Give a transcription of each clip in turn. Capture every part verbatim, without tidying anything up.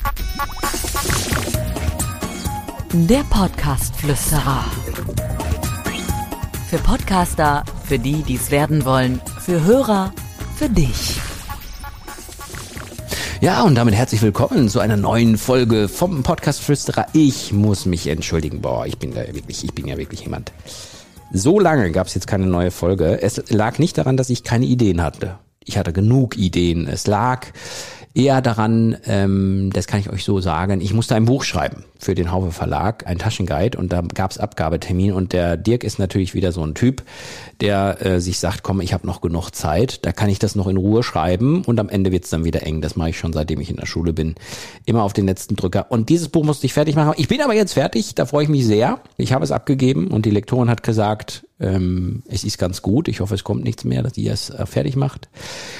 Der Podcast-Flüsterer. Für Podcaster, für die, die es werden wollen, für Hörer, für dich. Ja, und damit herzlich willkommen zu einer neuen Folge vom Podcast-Flüsterer. Ich muss mich entschuldigen. Boah, ich bin da wirklich, ich bin ja wirklich jemand. So lange gab es jetzt keine neue Folge. Es lag nicht daran, dass ich keine Ideen hatte. Ich hatte genug Ideen. Es lag eher daran, ähm, das kann ich euch so sagen, ich musste ein Buch schreiben für den Haufe Verlag, ein Taschenguide, und da gab es Abgabetermin, und der Dirk ist natürlich wieder so ein Typ, der äh, sich sagt, komm, ich habe noch genug Zeit, da kann ich das noch in Ruhe schreiben, und am Ende wird's dann wieder eng. Das mache ich schon, seitdem ich in der Schule bin, immer auf den letzten Drücker. Und dieses Buch musste ich fertig machen. Ich bin aber jetzt fertig, da freue ich mich sehr. Ich habe es abgegeben und die Lektorin hat gesagt, ähm, es ist ganz gut, ich hoffe, es kommt nichts mehr, dass die es äh, fertig macht.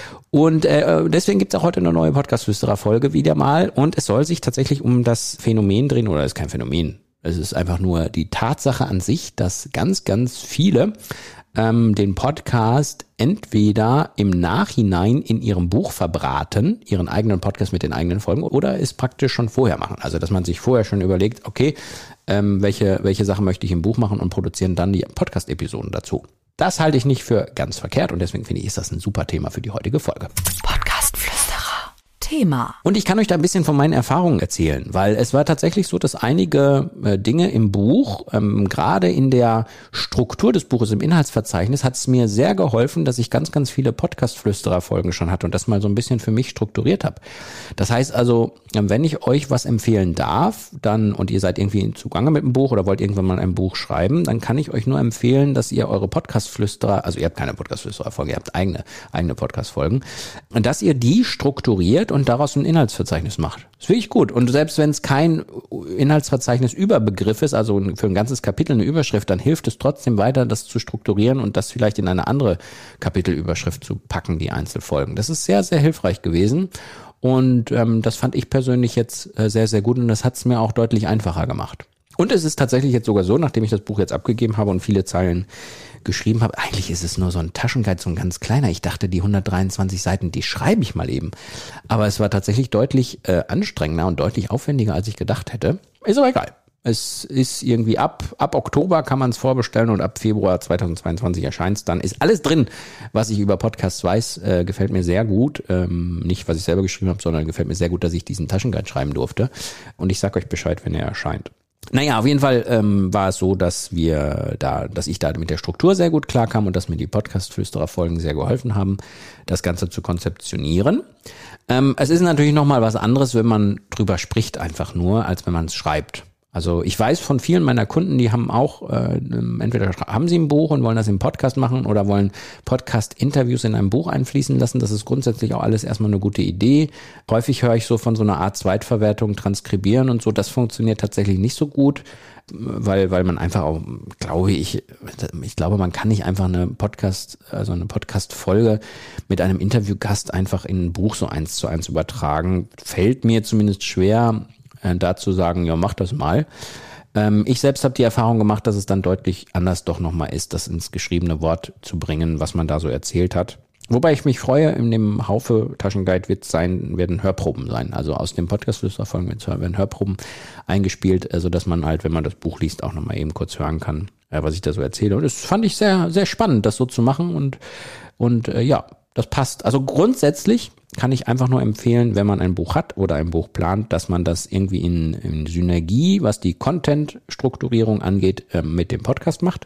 Und äh, deswegen gibt's auch heute eine neue Podcast-Flüsterer-Folge wieder mal, und es soll sich tatsächlich um das Phänomen drehen, oder es ist kein Phänomen, es ist einfach nur die Tatsache an sich, dass ganz, ganz viele ähm, den Podcast entweder im Nachhinein in ihrem Buch verbraten, ihren eigenen Podcast mit den eigenen Folgen, oder es praktisch schon vorher machen. Also dass man sich vorher schon überlegt, okay, ähm, welche welche Sachen möchte ich im Buch machen, und produzieren dann die Podcast-Episoden dazu. Das halte ich nicht für ganz verkehrt, und deswegen finde ich, ist das ein super Thema für die heutige Folge. Podcast-Flüsterer. Thema. Und ich kann euch da ein bisschen von meinen Erfahrungen erzählen, weil es war tatsächlich so, dass einige äh, Dinge im Buch, ähm, gerade in der Struktur des Buches, im Inhaltsverzeichnis, hat es mir sehr geholfen, dass ich ganz, ganz viele Podcast-Flüsterer-Folgen schon hatte und das mal so ein bisschen für mich strukturiert habe. Das heißt also, wenn ich euch was empfehlen darf, dann, und ihr seid irgendwie zugange mit dem Buch oder wollt irgendwann mal ein Buch schreiben, dann kann ich euch nur empfehlen, dass ihr eure Podcast-Flüsterer, also ihr habt keine Podcast-Flüsterer-Folgen, ihr habt eigene, eigene Podcast-Folgen, und dass ihr die strukturiert und daraus ein Inhaltsverzeichnis macht. Das finde ich gut. Und selbst wenn es kein Inhaltsverzeichnis über Begriff ist, also für ein ganzes Kapitel eine Überschrift, dann hilft es trotzdem weiter, das zu strukturieren und das vielleicht in eine andere Kapitelüberschrift zu packen, die Einzelfolgen. Das ist sehr, sehr hilfreich gewesen. Und ähm, das fand ich persönlich jetzt äh, sehr, sehr gut, und das hat es mir auch deutlich einfacher gemacht. Und es ist tatsächlich jetzt sogar so, nachdem ich das Buch jetzt abgegeben habe und viele Zeilen geschrieben habe, eigentlich ist es nur so ein Taschenguide, so ein ganz kleiner. Ich dachte, die hundertdreiundzwanzig Seiten, die schreibe ich mal eben. Aber es war tatsächlich deutlich äh, anstrengender und deutlich aufwendiger, als ich gedacht hätte. Ist aber egal. Es ist irgendwie ab, ab Oktober kann man es vorbestellen, und ab Februar zweitausendzweiundzwanzig erscheint es dann. Ist alles drin, was ich über Podcasts weiß, äh, gefällt mir sehr gut. Ähm, nicht, was ich selber geschrieben habe, sondern gefällt mir sehr gut, dass ich diesen Taschenguide schreiben durfte. Und ich sag euch Bescheid, wenn er erscheint. Naja, auf jeden Fall ähm, war es so, dass wir da, dass ich da mit der Struktur sehr gut klarkam und dass mir die Podcast-Flüsterer-Folgen sehr geholfen haben, das Ganze zu konzeptionieren. Ähm, es ist natürlich nochmal was anderes, wenn man drüber spricht einfach nur, als wenn man es schreibt. Also ich weiß von vielen meiner Kunden, die haben auch, äh, entweder haben sie ein Buch und wollen das im Podcast machen oder wollen Podcast-Interviews in einem Buch einfließen lassen. Das ist grundsätzlich auch alles erstmal eine gute Idee. Häufig höre ich so von so einer Art Zweitverwertung, Transkribieren und so. Das funktioniert tatsächlich nicht so gut, weil weil man einfach auch, glaube ich, ich glaube, man kann nicht einfach eine Podcast, also eine Podcast-Folge mit einem Interviewgast einfach in ein Buch so eins zu eins übertragen. Fällt mir zumindest schwer, dazu sagen, ja, mach das mal. Ähm, ich selbst habe die Erfahrung gemacht, dass es dann deutlich anders doch nochmal ist, das ins geschriebene Wort zu bringen, was man da so erzählt hat. Wobei ich mich freue, in dem Haufe Taschenguide wird sein, werden Hörproben sein. Also aus dem Podcast-Flüsterer-Folgen werden Hörproben eingespielt, also dass man halt, wenn man das Buch liest, auch nochmal eben kurz hören kann, äh, was ich da so erzähle. Und das fand ich sehr, sehr spannend, das so zu machen, und, und äh, ja, das passt. Also grundsätzlich kann ich einfach nur empfehlen, wenn man ein Buch hat oder ein Buch plant, dass man das irgendwie in, in Synergie, was die Content-Strukturierung angeht, äh, mit dem Podcast macht.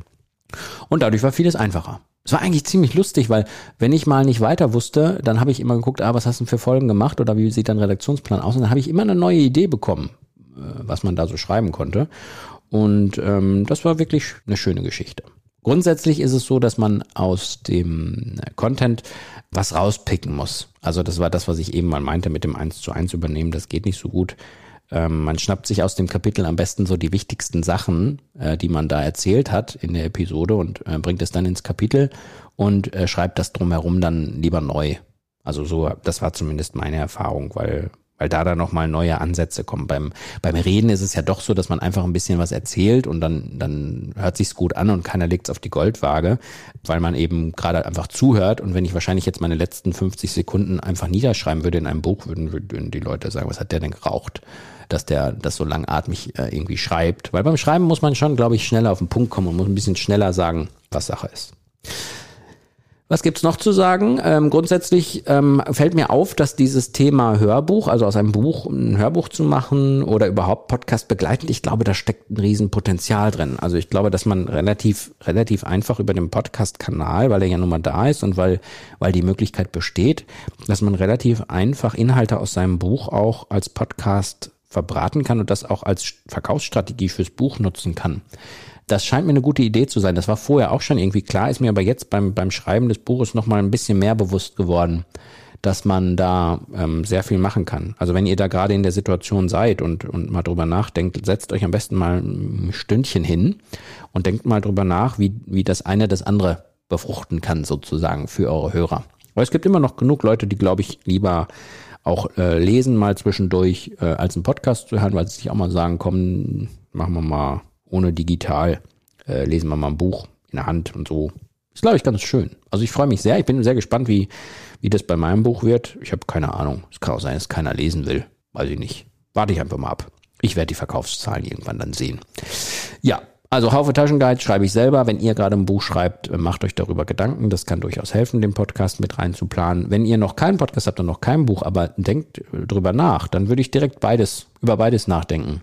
Und dadurch war vieles einfacher. Es war eigentlich ziemlich lustig, weil wenn ich mal nicht weiter wusste, dann habe ich immer geguckt, ah, was hast du denn für Folgen gemacht oder wie sieht dein Redaktionsplan aus? Und dann habe ich immer eine neue Idee bekommen, äh, was man da so schreiben konnte. Und ähm, das war wirklich eine schöne Geschichte. Grundsätzlich ist es so, dass man aus dem Content was rauspicken muss. Also das war das, was ich eben mal meinte mit dem eins zu eins übernehmen. Das geht nicht so gut. Ähm, man schnappt sich aus dem Kapitel am besten so die wichtigsten Sachen, äh, die man da erzählt hat in der Episode, und äh, bringt es dann ins Kapitel und äh, schreibt das drumherum dann lieber neu. Also so, das war zumindest meine Erfahrung, weil weil da dann nochmal neue Ansätze kommen. Beim, beim Reden ist es ja doch so, dass man einfach ein bisschen was erzählt und dann, dann hört sich's gut an und keiner legt's auf die Goldwaage, weil man eben gerade einfach zuhört. Und wenn ich wahrscheinlich jetzt meine letzten fünfzig Sekunden einfach niederschreiben würde in einem Buch, würden, würden die Leute sagen, was hat der denn geraucht, dass der das so langatmig äh, irgendwie schreibt. Weil beim Schreiben muss man schon, glaube ich, schneller auf den Punkt kommen und muss ein bisschen schneller sagen, was Sache ist. Was gibt's noch zu sagen? Ähm, grundsätzlich ähm, fällt mir auf, dass dieses Thema Hörbuch, also aus einem Buch ein Hörbuch zu machen oder überhaupt Podcast begleitend, ich glaube, da steckt ein Riesenpotenzial drin. Also ich glaube, dass man relativ relativ einfach über den Podcast-Kanal, weil er ja nun mal da ist und weil weil die Möglichkeit besteht, dass man relativ einfach Inhalte aus seinem Buch auch als Podcast verbraten kann und das auch als Verkaufsstrategie fürs Buch nutzen kann. Das scheint mir eine gute Idee zu sein. Das war vorher auch schon irgendwie klar, ist mir aber jetzt beim beim Schreiben des Buches nochmal ein bisschen mehr bewusst geworden, dass man da ähm, sehr viel machen kann. Also wenn ihr da gerade in der Situation seid und und mal drüber nachdenkt, setzt euch am besten mal ein Stündchen hin und denkt mal drüber nach, wie wie das eine das andere befruchten kann sozusagen für eure Hörer. Weil es gibt immer noch genug Leute, die, glaube ich, lieber auch äh, lesen mal zwischendurch, äh, als einen Podcast zu hören, weil sie sich auch mal sagen, komm, machen wir mal ohne digital, äh, lesen wir mal ein Buch in der Hand und so. Ist, glaube ich, ganz schön. Also ich freue mich sehr. Ich bin sehr gespannt, wie wie das bei meinem Buch wird. Ich habe keine Ahnung. Es kann auch sein, dass keiner lesen will. Weiß ich nicht. Warte ich einfach mal ab. Ich werde die Verkaufszahlen irgendwann dann sehen. Ja, also Haufe Taschenguide schreibe ich selber. Wenn ihr gerade ein Buch schreibt, macht euch darüber Gedanken. Das kann durchaus helfen, den Podcast mit reinzuplanen. Wenn ihr noch keinen Podcast habt und noch kein Buch, aber denkt drüber nach, dann würde ich direkt beides, über beides nachdenken.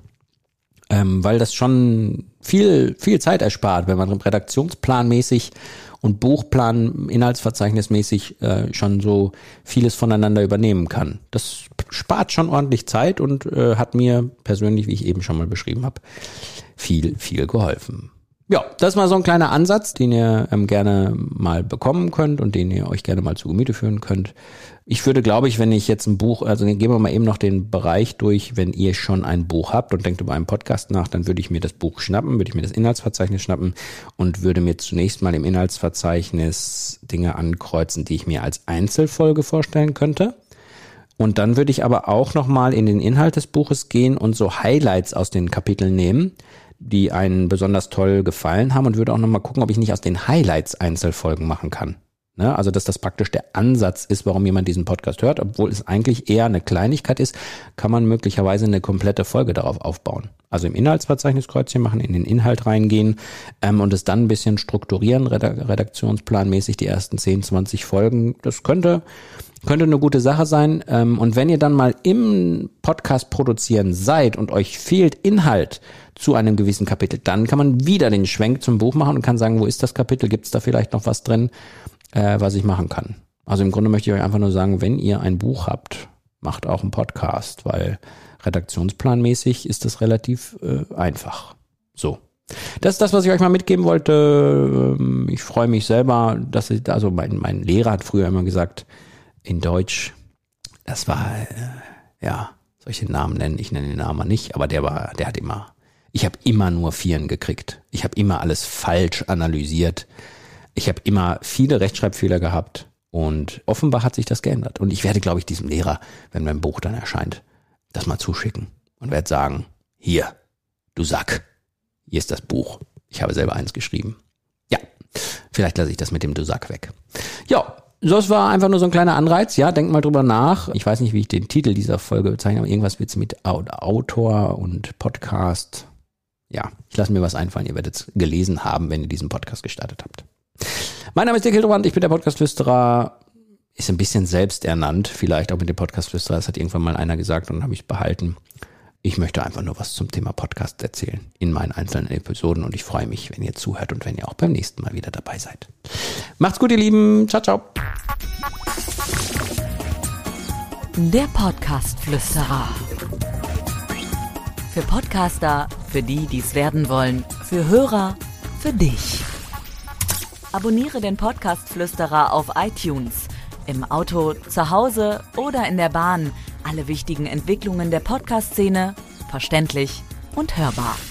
Ähm, weil das schon viel, viel Zeit erspart, wenn man redaktionsplanmäßig und Buchplan inhaltsverzeichnismäßig äh, schon so vieles voneinander übernehmen kann. Das spart schon ordentlich Zeit und äh, hat mir persönlich, wie ich eben schon mal beschrieben habe, viel, viel geholfen. Ja, das war so ein kleiner Ansatz, den ihr ähm, gerne mal bekommen könnt und den ihr euch gerne mal zu Gemüte führen könnt. Ich würde, glaube ich, wenn ich jetzt ein Buch, also gehen wir mal eben noch den Bereich durch, wenn ihr schon ein Buch habt und denkt über einen Podcast nach, dann würde ich mir das Buch schnappen, würde ich mir das Inhaltsverzeichnis schnappen und würde mir zunächst mal im Inhaltsverzeichnis Dinge ankreuzen, die ich mir als Einzelfolge vorstellen könnte. Und dann würde ich aber auch nochmal in den Inhalt des Buches gehen und so Highlights aus den Kapiteln nehmen, die einen besonders toll gefallen haben und würde auch nochmal gucken, ob ich nicht aus den Highlights Einzelfolgen machen kann. Ne? Also, dass das praktisch der Ansatz ist, warum jemand diesen Podcast hört, obwohl es eigentlich eher eine Kleinigkeit ist, kann man möglicherweise eine komplette Folge darauf aufbauen. Also im Inhaltsverzeichnis Kreuzchen machen, in den Inhalt reingehen ähm, und es dann ein bisschen strukturieren, redak- redaktionsplanmäßig die ersten zehn, zwanzig Folgen. Das könnte könnte eine gute Sache sein. Ähm, und wenn ihr dann mal im Podcast produzieren seid und euch fehlt Inhalt zu einem gewissen Kapitel, dann kann man wieder den Schwenk zum Buch machen und kann sagen, wo ist das Kapitel? Gibt es da vielleicht noch was drin, äh, was ich machen kann? Also im Grunde möchte ich euch einfach nur sagen, wenn ihr ein Buch habt, macht auch einen Podcast, weil redaktionsplanmäßig ist das relativ äh, einfach. So. Das ist das, was ich euch mal mitgeben wollte. Ich freue mich selber, dass ich, also mein, mein Lehrer hat früher immer gesagt, in Deutsch, das war, äh, ja, soll ich den Namen nennen? Ich nenne den Namen nicht, aber der war, der hat immer, ich habe immer nur Vieren gekriegt. Ich habe immer alles falsch analysiert. Ich habe immer viele Rechtschreibfehler gehabt und offenbar hat sich das geändert. Und ich werde, glaube ich, diesem Lehrer, wenn mein Buch dann erscheint, das mal zuschicken und werde sagen, hier, du Sack, hier ist das Buch. Ich habe selber eins geschrieben. Ja, vielleicht lasse ich das mit dem Du Sack weg. Ja, das war einfach nur so ein kleiner Anreiz. Ja, denkt mal drüber nach. Ich weiß nicht, wie ich den Titel dieser Folge bezeichne, aber irgendwas wird's mit Autor und Podcast. Ja, ich lasse mir was einfallen. Ihr werdet es gelesen haben, wenn ihr diesen Podcast gestartet habt. Mein Name ist Dirk Hildebrand, ich bin der Podcastflüsterer. Ist ein bisschen selbsternannt, vielleicht auch mit dem Podcastflüsterer. Das hat irgendwann mal einer gesagt und dann habe ich es behalten. Ich möchte einfach nur was zum Thema Podcast erzählen in meinen einzelnen Episoden und ich freue mich, wenn ihr zuhört und wenn ihr auch beim nächsten Mal wieder dabei seid. Macht's gut, ihr Lieben. Ciao, ciao. Der Podcastflüsterer. Für Podcaster, für die, die es werden wollen, für Hörer, für dich. Abonniere den Podcastflüsterer auf iTunes, im Auto, zu Hause oder in der Bahn. Alle wichtigen Entwicklungen der Podcast-Szene verständlich und hörbar.